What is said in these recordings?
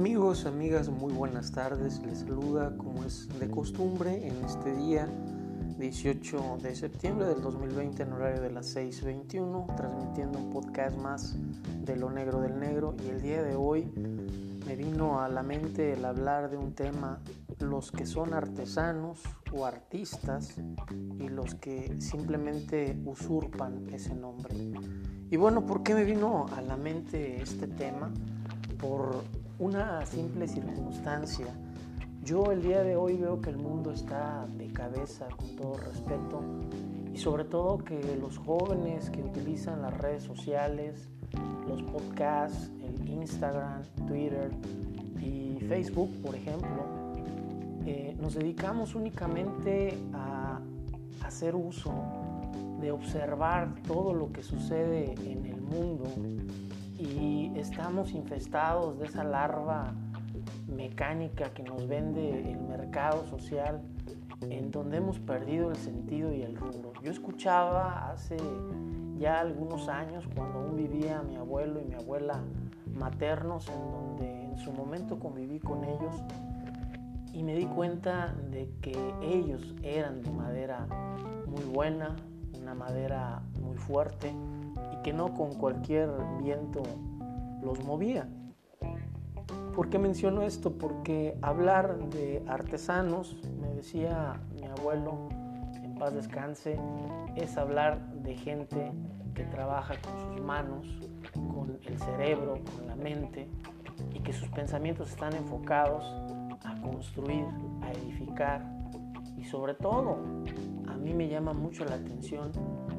Amigos, amigas, muy buenas tardes. Les saluda como es de costumbre en este día 18 de septiembre del 2020 en horario de las 6:21, transmitiendo un podcast más de Lo Negro del Negro. Y el día de hoy me vino a la mente el hablar de un tema: los que son artesanos o artistas y los que simplemente usurpan ese nombre. Y bueno, ¿por qué me vino a la mente este tema? Por una simple circunstancia. Yo el día de hoy veo que el mundo está de cabeza, con todo respeto, y sobre todo que los jóvenes que utilizan las redes sociales, los podcasts, el Instagram, Twitter y Facebook, por ejemplo, nos dedicamos únicamente a hacer uso de observar todo lo que sucede en el mundo, y estamos infestados de esa larva mecánica que nos vende el mercado social, en donde hemos perdido el sentido y el rumbo. Yo escuchaba hace ya algunos años, cuando aún vivía mi abuelo y mi abuela maternos, en donde en su momento conviví con ellos, y me di cuenta de que ellos eran de madera muy buena, una madera muy fuerte, y que no con cualquier viento los movía. ¿Por qué menciono esto? Porque hablar de artesanos, me decía mi abuelo, en paz descanse, es hablar de gente que trabaja con sus manos, con el cerebro, con la mente, y que sus pensamientos están enfocados a construir, a edificar, y sobre todo, a mí me llama mucho la atención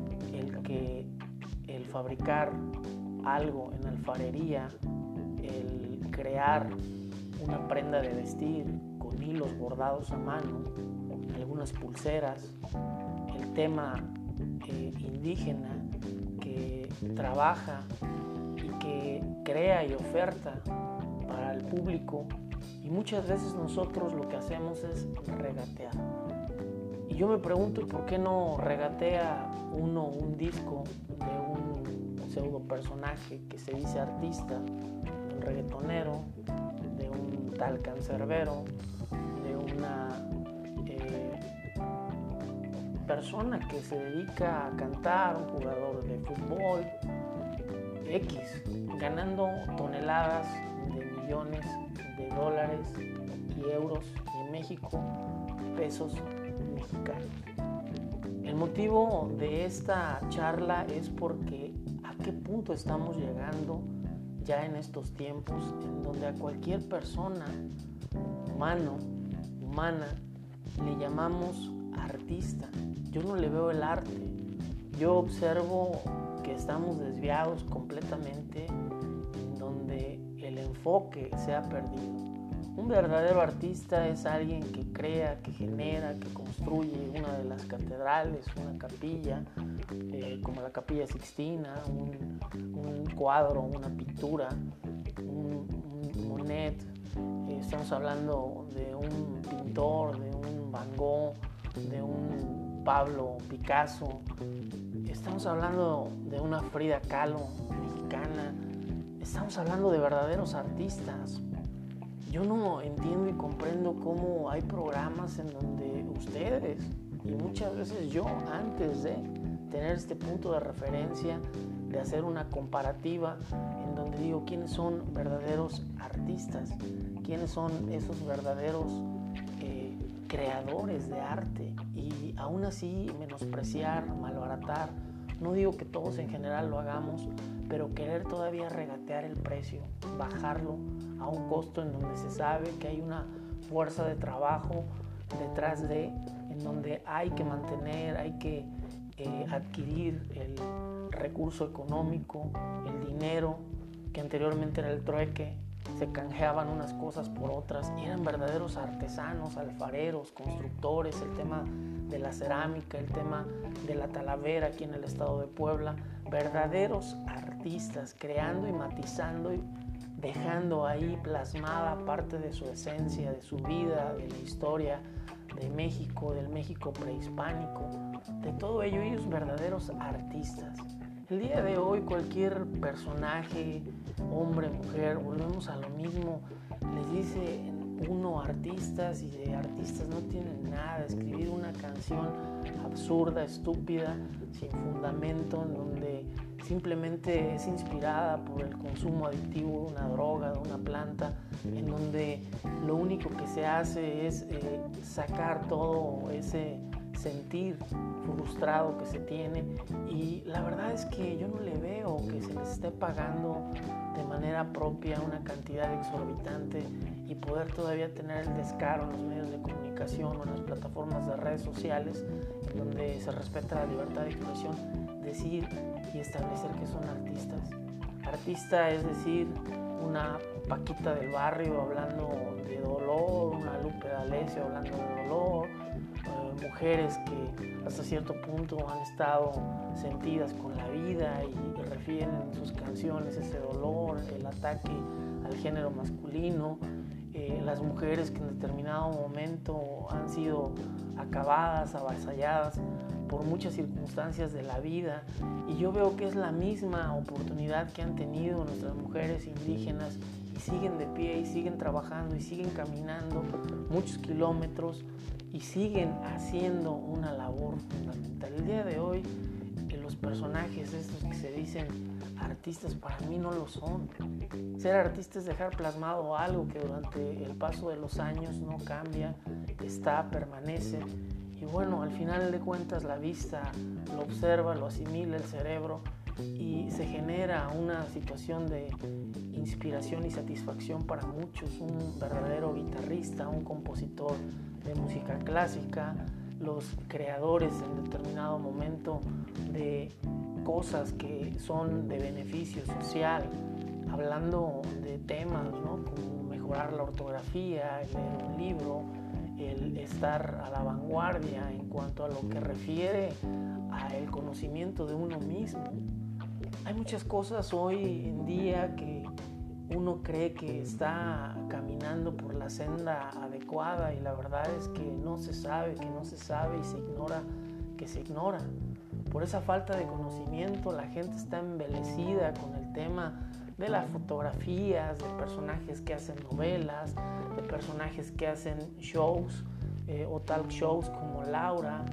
el fabricar algo en alfarería, el crear una prenda de vestir con hilos bordados a mano, algunas pulseras, el tema indígena que trabaja y que crea y oferta para el público, y muchas veces nosotros lo que hacemos es regatear. Y yo me pregunto, ¿por qué no regatea uno un disco de un pseudo personaje que se dice artista, de un reggaetonero, de un tal cancerbero, de una persona que se dedica a cantar, un jugador de fútbol X, ganando toneladas de millones de dólares y euros, y en México pesos mexicanos? El motivo de esta charla es porque a qué punto estamos llegando ya en estos tiempos, en donde a cualquier persona humana le llamamos artista. Yo no le veo el arte. Yo observo que estamos desviados completamente, en donde el enfoque se ha perdido. Un verdadero artista es alguien que crea, que genera, que construye una de las catedrales, una capilla, como la Capilla Sixtina, un cuadro, una pintura, un Monet. Estamos hablando de un pintor, de un Van Gogh, de un Pablo Picasso. Estamos hablando de una Frida Kahlo mexicana. Estamos hablando de verdaderos artistas. Yo no entiendo y comprendo cómo hay programas en donde ustedes, y muchas veces yo, antes de tener este punto de referencia, de hacer una comparativa, en donde digo quiénes son verdaderos artistas, quiénes son esos verdaderos creadores de arte, y aún así menospreciar, malbaratar. No digo que todos en general lo hagamos, pero querer todavía regatear el precio, bajarlo a un costo en donde se sabe que hay una fuerza de trabajo detrás de, en donde hay que mantener, hay que adquirir el recurso económico, el dinero, que anteriormente era el trueque, se canjeaban unas cosas por otras, y eran verdaderos artesanos, alfareros, constructores, el tema de la cerámica, el tema de la talavera aquí en el estado de Puebla, verdaderos artistas, creando y matizando y dejando ahí plasmada parte de su esencia, de su vida, de la historia de México, del México prehispánico, de todo ello. Ellos verdaderos artistas. El día de hoy cualquier personaje, hombre, mujer, volvemos a lo mismo, les dice uno artistas y de artistas no tienen nada. Escribir una canción absurda, estúpida, sin fundamento, en donde simplemente es inspirada por el consumo adictivo de una droga, de una planta, en donde lo único que se hace es sacar todo ese sentir frustrado que se tiene, y la verdad es que yo no le veo que se les esté pagando de manera propia una cantidad exorbitante y poder todavía tener el descaro en los medios de comunicación o en las plataformas de redes sociales donde se respeta la libertad de expresión, decir y establecer que son artistas. Artista es decir, una Paquita del Barrio hablando de dolor, una Lupe D'Alessio hablando de dolor, mujeres que hasta cierto punto han estado sentidas con la vida y refieren en sus canciones ese dolor, el ataque al género masculino, las mujeres que en determinado momento han sido acabadas, avasalladas por muchas circunstancias de la vida, y yo veo que es la misma oportunidad que han tenido nuestras mujeres indígenas y siguen de pie y siguen trabajando y siguen caminando muchos kilómetros y siguen haciendo una labor fundamental. El día de hoy los personajes estos que se dicen artistas para mí no lo son. Ser artista es dejar plasmado algo que durante el paso de los años no cambia, está, permanece, y bueno, al final de cuentas la vista lo observa, lo asimila el cerebro y se genera una situación de inspiración y satisfacción para muchos. Un verdadero guitarrista, un compositor de música clásica, los creadores en determinado momento de cosas que son de beneficio social, hablando de temas, ¿no?, como mejorar la ortografía, el leer un libro, el estar a la vanguardia en cuanto a lo que refiere al conocimiento de uno mismo. Hay muchas cosas hoy en día que uno cree que está caminando por la senda adecuada y la verdad es que no se sabe, y se ignora que se ignora. Por esa falta de conocimiento la gente está embelecida con el tema de las fotografías, de personajes que hacen novelas, de personajes que hacen shows o talk shows como Laura,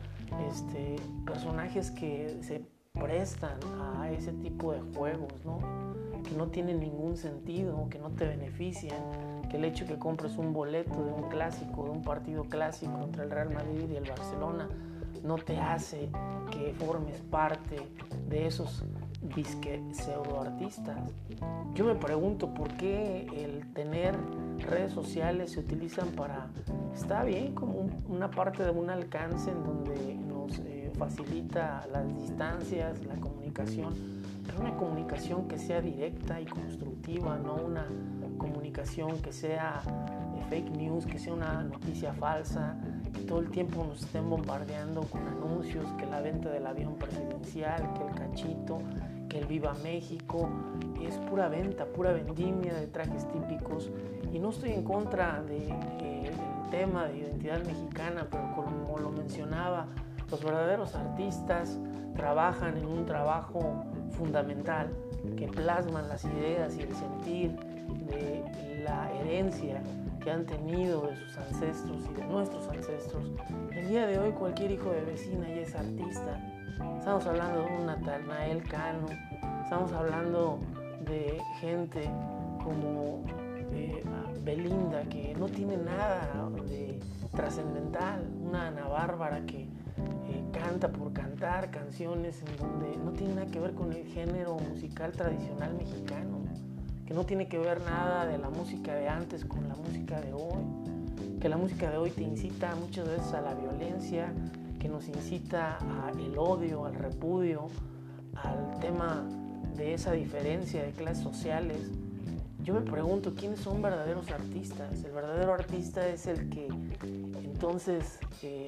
personajes que se prestan a ese tipo de juegos, ¿no?, que no tienen ningún sentido, que no te benefician, que el hecho que compres un boleto de un clásico, de un partido clásico entre el Real Madrid y el Barcelona, no te hace que formes parte de esos disque pseudoartistas. Yo me pregunto por qué el tener redes sociales se utilizan para, está bien, como una parte de un alcance en donde nos facilita las distancias, la comunicación, pero una comunicación que sea directa y constructiva, no una comunicación que sea fake news, que sea una noticia falsa, que todo el tiempo nos estén bombardeando con anuncios, que la venta del avión presidencial, que el cachito, que el Viva México. Es pura venta, pura vendimia de trajes típicos, y no estoy en contra del tema de identidad mexicana, pero como lo mencionaba, los verdaderos artistas trabajan en un trabajo fundamental, que plasman las ideas y el sentir de la herencia que han tenido de sus ancestros y de nuestros ancestros. El día de hoy cualquier hijo de vecina ya es artista. Estamos hablando de un Natanael Cano, estamos hablando de gente como Belinda, que no tiene nada de trascendental, una Ana Bárbara que canta por cantar canciones en donde no tiene nada que ver con el género musical tradicional mexicano, que no tiene que ver nada de la música de antes con la música de hoy, que la música de hoy te incita muchas veces a la violencia, que nos incita al odio, al repudio, al tema de esa diferencia de clases sociales. Yo me pregunto, ¿quiénes son verdaderos artistas? El verdadero artista es el que entonces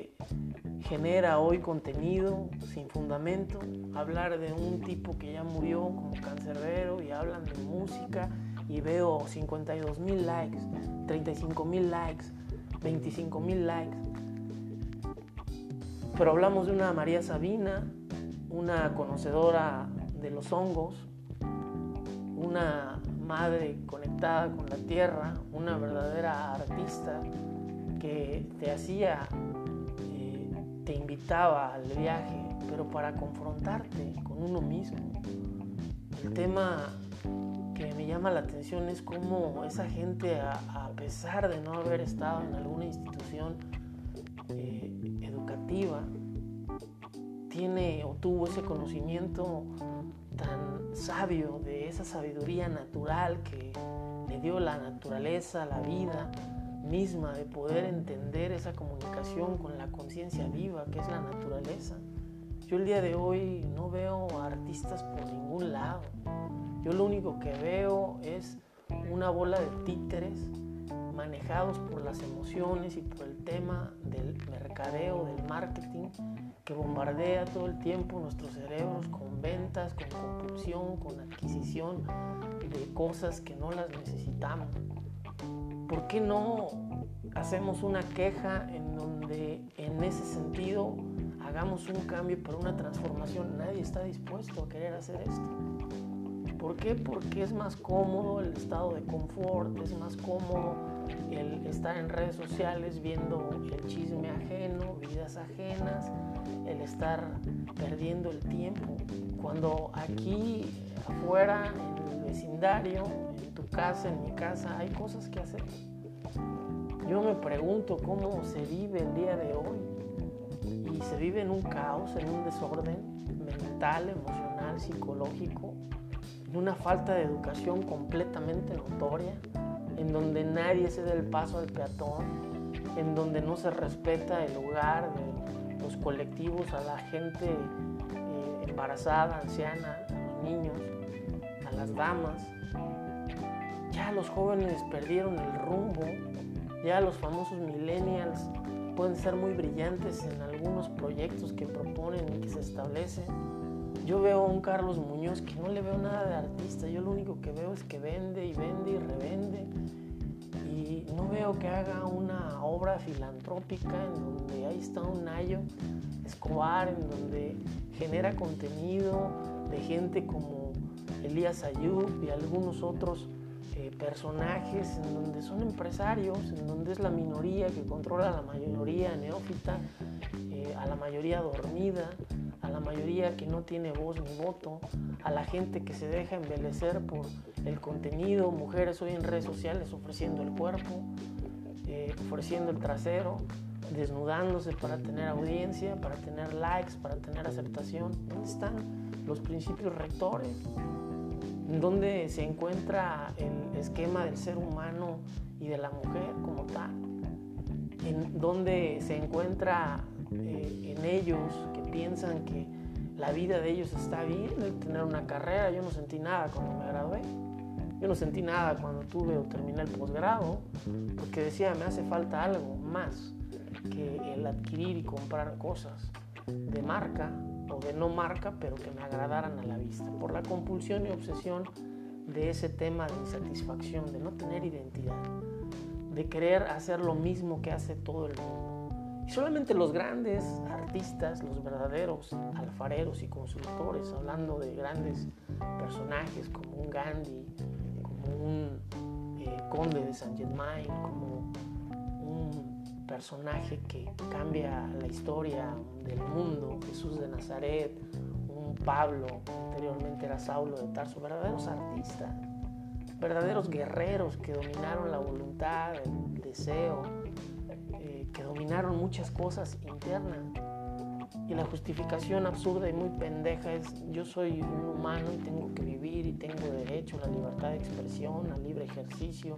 genera hoy contenido sin fundamento, hablar de un tipo que ya murió como Cancerbero y hablan de música y veo 52,000 likes, 35,000 likes, 25,000 likes. Pero hablamos de una María Sabina, una conocedora de los hongos, una madre conectada con la tierra, una verdadera artista que te invitaba al viaje, pero para confrontarte con uno mismo. El tema que me llama la atención es cómo esa gente, a pesar de no haber estado en alguna institución educativa, tiene o tuvo ese conocimiento tan sabio, de esa sabiduría natural que le dio la naturaleza, la vida misma, de poder entender esa comunicación con la conciencia viva que es la naturaleza. Yo el día de hoy no veo a artistas por ningún lado. Yo lo único que veo es una bola de títeres manejados por las emociones y por el tema del mercadeo, del marketing, que bombardea todo el tiempo nuestros cerebros con ventas, con compulsión, con adquisición de cosas que no las necesitamos. ¿Por qué no hacemos una queja en donde en ese sentido hagamos un cambio para una transformación? Nadie está dispuesto a querer hacer esto. ¿Por qué? Porque es más cómodo el estado de confort, es más cómodo el estar en redes sociales viendo el chisme ajeno, vidas ajenas, el estar perdiendo el tiempo. Cuando aquí afuera, en el vecindario, en tu casa, en mi casa, hay cosas que hacer. Yo me pregunto cómo se vive el día de hoy, y se vive en un caos, en un desorden mental, emocional, psicológico, en una falta de educación completamente notoria, en donde nadie se da el paso al peatón, en donde no se respeta el lugar de los colectivos, a la gente embarazada, anciana, a los niños, a las damas. Ya los jóvenes perdieron el rumbo, ya los famosos millennials pueden ser muy brillantes en algunos proyectos que proponen y que se establecen. Yo veo a un Carlos Muñoz que no le veo nada de artista. Yo lo único que veo es que vende y vende y revende, y no veo que haga una obra filantrópica en donde ahí está un Nayo Escobar, en donde genera contenido de gente como Elías Ayub y algunos otros personajes, en donde son empresarios, en donde es la minoría que controla a la mayoría neófita, a la mayoría dormida, a la mayoría que no tiene voz ni voto, a la gente que se deja embelecer por el contenido, mujeres hoy en redes sociales ofreciendo el cuerpo, ofreciendo el trasero, desnudándose para tener audiencia, para tener likes, para tener aceptación. ¿Dónde están los principios rectores? ¿En dónde se encuentra el esquema del ser humano y de la mujer como tal? ¿En dónde se encuentra en ellos que piensan que la vida de ellos está bien, el tener una carrera? Yo no sentí nada cuando me gradué. Yo no sentí nada cuando tuve o terminé el posgrado, porque decía, me hace falta algo más que el adquirir y comprar cosas de marca o de no marca, pero que me agradaran a la vista, por la compulsión y obsesión de ese tema de insatisfacción, de no tener identidad, de querer hacer lo mismo que hace todo el mundo. Y solamente los grandes artistas, los verdaderos alfareros y constructores, hablando de grandes personajes como un Gandhi, como un conde de Saint-Germain, como un personaje que cambia la historia del mundo, Jesús de Nazaret, un Pablo, anteriormente era Saulo de Tarso, verdaderos artistas, verdaderos guerreros que dominaron la voluntad, el deseo, que dominaron muchas cosas internas. Y la justificación absurda y muy pendeja es: yo soy un humano y tengo que vivir y tengo derecho a la libertad de expresión, al libre ejercicio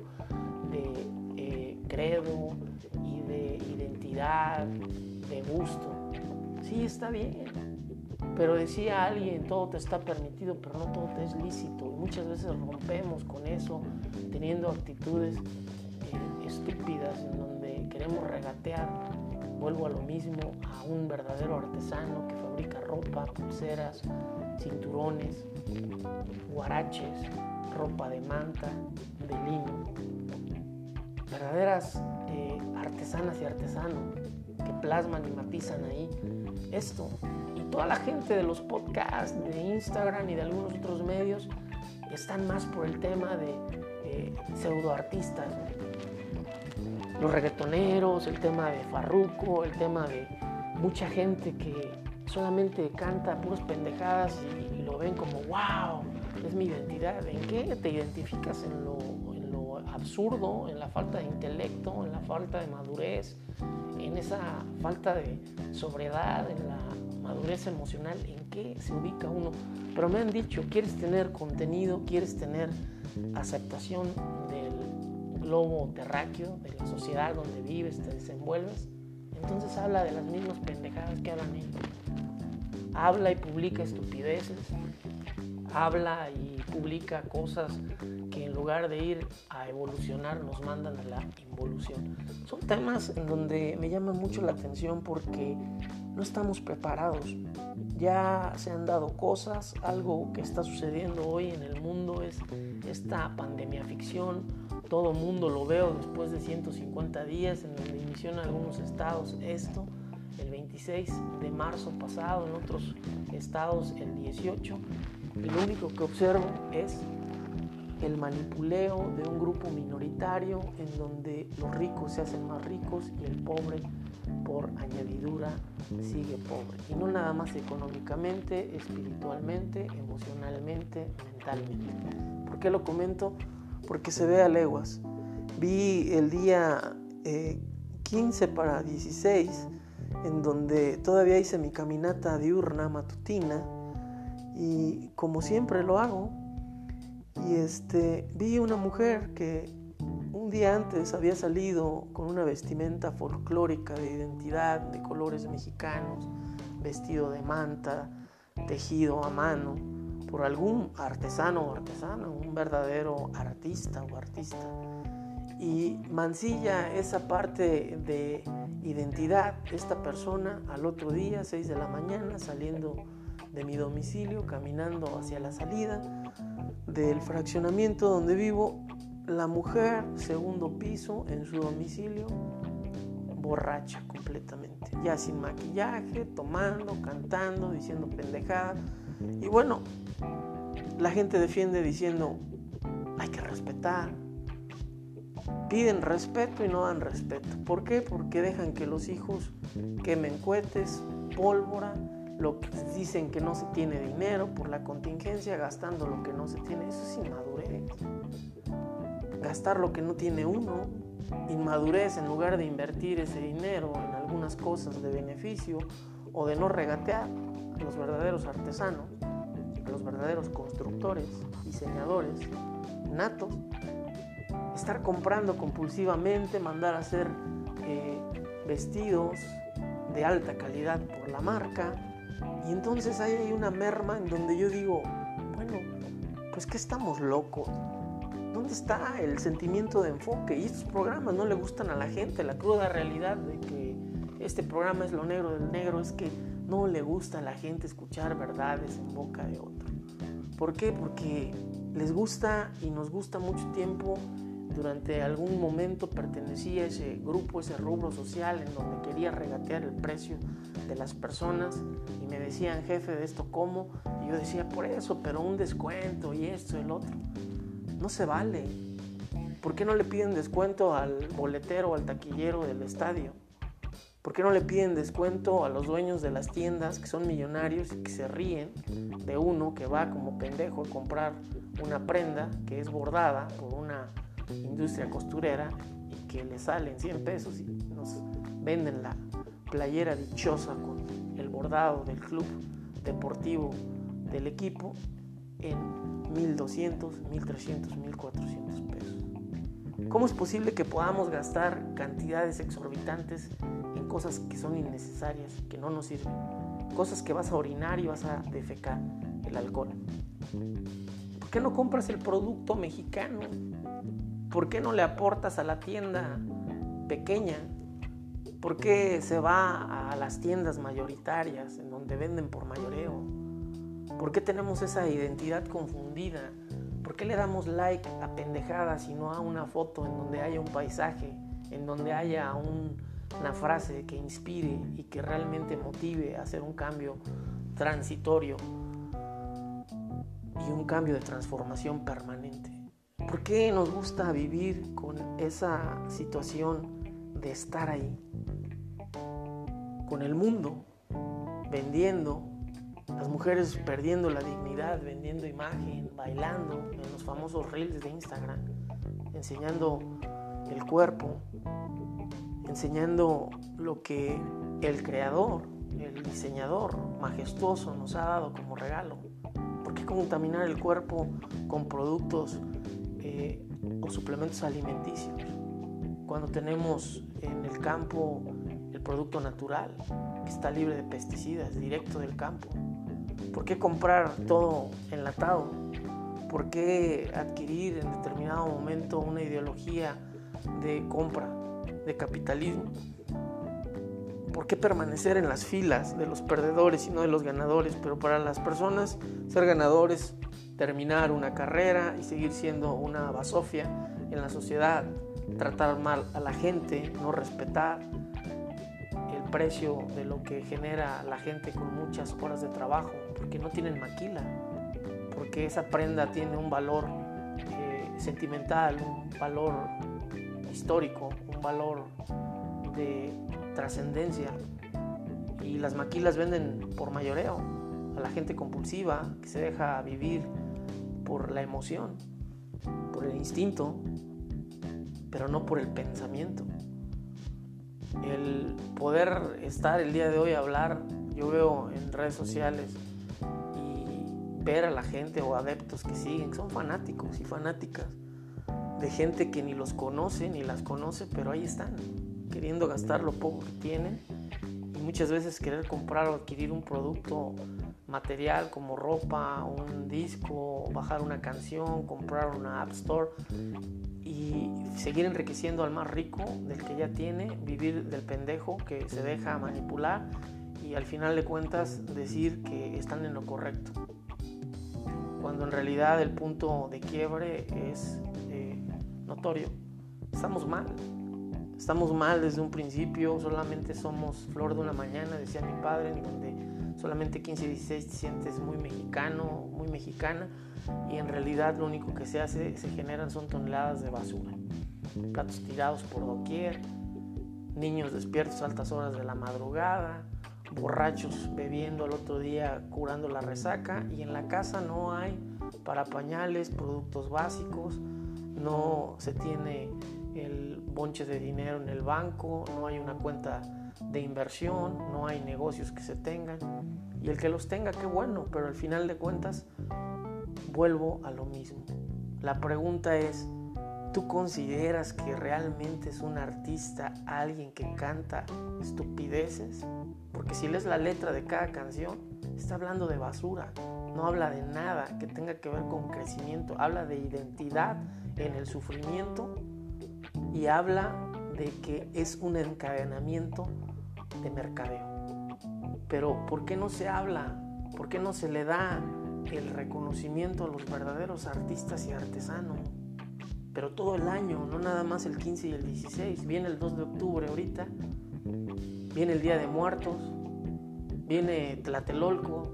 de credo y de identidad, de gusto. Sí, está bien, pero decía alguien, todo te está permitido, pero no todo te es lícito. Y muchas veces rompemos con eso, teniendo actitudes estúpidas en donde queremos regatear. Vuelvo a lo mismo, a un verdadero artesano que fabrica ropa, pulseras, cinturones, huaraches, ropa de manta, de lino. Verdaderas artesanas y artesanos que plasman y matizan ahí esto. Y toda la gente de los podcasts, de Instagram y de algunos otros medios están más por el tema de pseudoartistas, ¿no? Los reggaetoneros, el tema de Farruko, el tema de mucha gente que solamente canta puras pendejadas y lo ven como wow, es mi identidad. ¿En qué te identificas? En lo absurdo, en la falta de intelecto, en la falta de madurez, en esa falta de sobriedad, en la madurez emocional. ¿En qué se ubica uno? Pero me han dicho, ¿quieres tener contenido? ¿Quieres tener aceptación del globo terráqueo, de la sociedad donde vives, te desenvuelves? Entonces habla de las mismas pendejadas que hablan ellos. Habla y publica estupideces, habla y publica cosas que en lugar de ir a evolucionar nos mandan a la involución. Son temas en donde me llaman mucho la atención porque no estamos preparados. Ya se han dado cosas, algo que está sucediendo hoy en el mundo es esta pandemia ficción. Todo mundo lo veo después de 150 días en donde inició en algunos estados esto, el 26 de marzo pasado, en otros estados el 18. Y lo único que observo es el manipuleo de un grupo minoritario en donde los ricos se hacen más ricos y el pobre, por añadidura, sigue pobre. Y no nada más económicamente, espiritualmente, emocionalmente, mentalmente. ¿Por qué lo comento? Porque se ve a leguas. Vi el día 15 para 16, en donde todavía hice mi caminata diurna matutina, y como siempre lo hago, y vi una mujer que un día antes había salido con una vestimenta folclórica de identidad, de colores mexicanos, vestido de manta, tejido a mano por algún artesano o artesana, un verdadero artista o artista, y mancilla esa parte de identidad esta persona al otro día, 6 de la mañana, saliendo de mi domicilio, caminando hacia la salida del fraccionamiento donde vivo. La mujer, segundo piso, en su domicilio, borracha completamente, ya sin maquillaje, tomando, cantando, diciendo pendejadas. Y bueno, la gente defiende diciendo hay que respetar. Piden respeto y no dan respeto. ¿Por qué? Porque dejan que los hijos quemen cohetes, pólvora, lo que dicen que no se tiene dinero por la contingencia, gastando lo que no se tiene. Eso es inmadurez. Gastar lo que no tiene uno, inmadurez, en lugar de invertir ese dinero en algunas cosas de beneficio o de no regatear a los verdaderos artesanos, a los verdaderos constructores, diseñadores natos. Estar comprando compulsivamente, mandar a hacer vestidos de alta calidad por la marca, y entonces ahí hay una merma en donde yo digo, bueno, pues que estamos locos. ¿Dónde está el sentimiento de enfoque? Y estos programas no le gustan a la gente. La cruda realidad de que este programa es lo negro del negro es que no le gusta a la gente escuchar verdades en boca de otro. ¿Por qué? Porque les gusta y nos gusta mucho tiempo. Durante algún momento pertenecía a ese grupo, ese rubro social en donde quería regatear el precio de las personas y me decían, jefe, ¿de esto cómo? Y yo decía, por eso, pero un descuento y esto y el otro. No se vale. ¿Por qué no le piden descuento al boletero o al taquillero del estadio? ¿Por qué no le piden descuento a los dueños de las tiendas que son millonarios y que se ríen de uno que va como pendejo a comprar una prenda que es bordada por una industria costurera y que le salen 100 pesos y nos venden la playera dichosa con el bordado del club deportivo del equipo en 1,200, 1,300, 1,400 pesos? ¿Cómo es posible que podamos gastar cantidades exorbitantes en cosas que son innecesarias, que no nos sirven? Cosas que vas a orinar y vas a defecar, el alcohol. ¿Por qué no compras el producto mexicano? ¿Por qué no le aportas a la tienda pequeña? ¿Por qué se va a las tiendas mayoritarias en donde venden por mayoreo? ¿Por qué tenemos esa identidad confundida? ¿Por qué le damos like a pendejadas y no a una foto en donde haya un paisaje, en donde haya un una frase que inspire y que realmente motive a hacer un cambio transitorio y un cambio de transformación permanente. ¿Por qué nos gusta vivir con esa situación de estar ahí, con el mundo, vendiendo, las mujeres perdiendo la dignidad, vendiendo imagen, bailando en los famosos reels de Instagram, enseñando el cuerpo, enseñando lo que el creador, el diseñador majestuoso nos ha dado como regalo? ¿Por qué contaminar el cuerpo con productos o suplementos alimenticios cuando tenemos en el campo el producto natural que está libre de pesticidas, directo del campo? ¿Por qué comprar todo enlatado? ¿Por qué adquirir en determinado momento una ideología de compra, de capitalismo? ¿Por qué permanecer en las filas de los perdedores y no de los ganadores? Pero para las personas, ser ganadores, terminar una carrera y seguir siendo una basofia en la sociedad, tratar mal a la gente, no respetar el precio de lo que genera la gente con muchas horas de trabajo, porque no tienen maquila, porque esa prenda tiene un valor sentimental, un valor histórico, un valor de trascendencia, y las maquilas venden por mayoreo a la gente compulsiva que se deja vivir por la emoción, por el instinto, pero no por el pensamiento. El poder estar el día de hoy a hablar, yo veo en redes sociales y ver a la gente o adeptos que siguen, son fanáticos y fanáticas de gente que ni los conoce ni las conoce, pero ahí están, queriendo gastar lo poco que tienen y muchas veces querer comprar o adquirir un producto material como ropa, un disco, bajar una canción, comprar una App Store y seguir enriqueciendo al más rico del que ya tiene, vivir del pendejo que se deja manipular y al final de cuentas decir que están en lo correcto, cuando en realidad el punto de quiebre es notorio. Estamos mal desde un principio, solamente somos flor de una mañana, decía mi padre, en donde solamente 15 y 16 te sientes muy mexicano, muy mexicana, y en realidad lo único que se generan son toneladas de basura, platos tirados por doquier, niños despiertos a altas horas de la madrugada, borrachos bebiendo al otro día curando la resaca, y en la casa no hay para pañales, productos básicos, no se tiene el bonche de dinero en el banco, no hay una cuenta de inversión, no hay negocios que se tengan, y el que los tenga, qué bueno, pero al final de cuentas vuelvo a lo mismo. La pregunta es, ¿tú consideras que realmente es un artista alguien que canta estupideces? Porque si lees la letra de cada canción, está hablando de basura, no habla de nada que tenga que ver con crecimiento, habla de identidad en el sufrimiento y habla de que es un encadenamiento de mercadeo. Pero ¿por qué no se habla? ¿Por qué no se le da el reconocimiento a los verdaderos artistas y artesanos? Pero todo el año, no nada más el 15 y el 16. Viene el 2 de octubre ahorita, viene el Día de Muertos, viene Tlatelolco,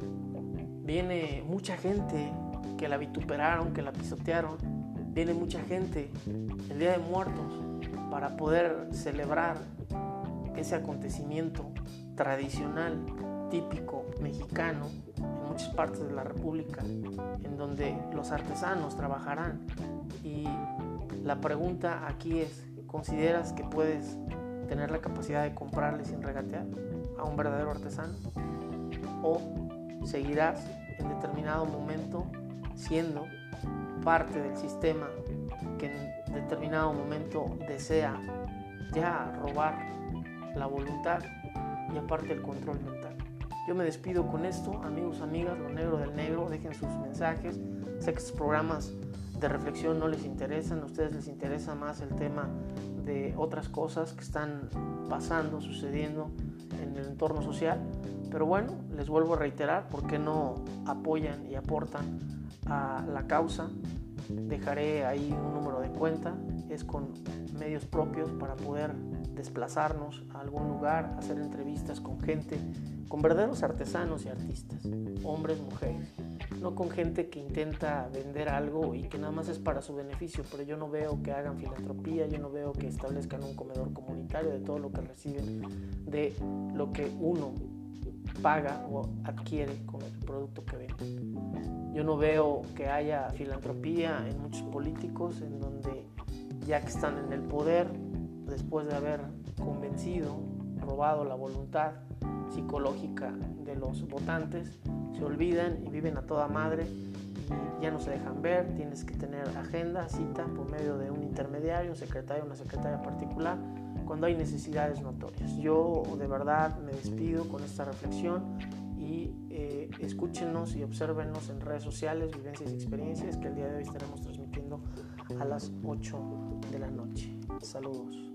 viene mucha gente que la vituperaron, que la pisotearon, viene mucha gente el Día de Muertos para poder celebrar ese acontecimiento tradicional, típico, mexicano, en muchas partes de la República, en donde los artesanos trabajarán. Y la pregunta aquí es, ¿consideras que puedes tener la capacidad de comprarle sin regatear a un verdadero artesano? ¿O seguirás en determinado momento siendo parte del sistema que en determinado momento desea ya robar la voluntad y aparte el control mental? Yo me despido con esto, amigos, amigas, lo negro del negro, dejen sus mensajes. Sé que estos programas de reflexión no les interesan, a ustedes les interesa más el tema de otras cosas que están pasando, sucediendo en el entorno social, pero bueno, les vuelvo a reiterar, ¿por qué no apoyan y aportan a la causa dejaré ahí un número de cuenta, es con medios propios para poder desplazarnos a algún lugar, hacer entrevistas con gente, con verdaderos artesanos y artistas, hombres, mujeres, no con gente que intenta vender algo y que nada más es para su beneficio, pero yo no veo que hagan filantropía, yo no veo que establezcan un comedor comunitario de todo lo que reciben, de lo que uno paga o adquiere con el producto que venden. Yo no veo que haya filantropía en muchos políticos en donde ya que están en el poder, después de haber convencido, robado la voluntad psicológica de los votantes, se olvidan y viven a toda madre y ya no se dejan ver. Tienes que tener agenda, cita por medio de un intermediario, un secretario, una secretaria particular, cuando hay necesidades notorias. Yo de verdad me despido con esta reflexión y escúchenos y obsérvenos en redes sociales, vivencias y experiencias, que el día de hoy estaremos transmitiendo a las 8 de la noche. Saludos.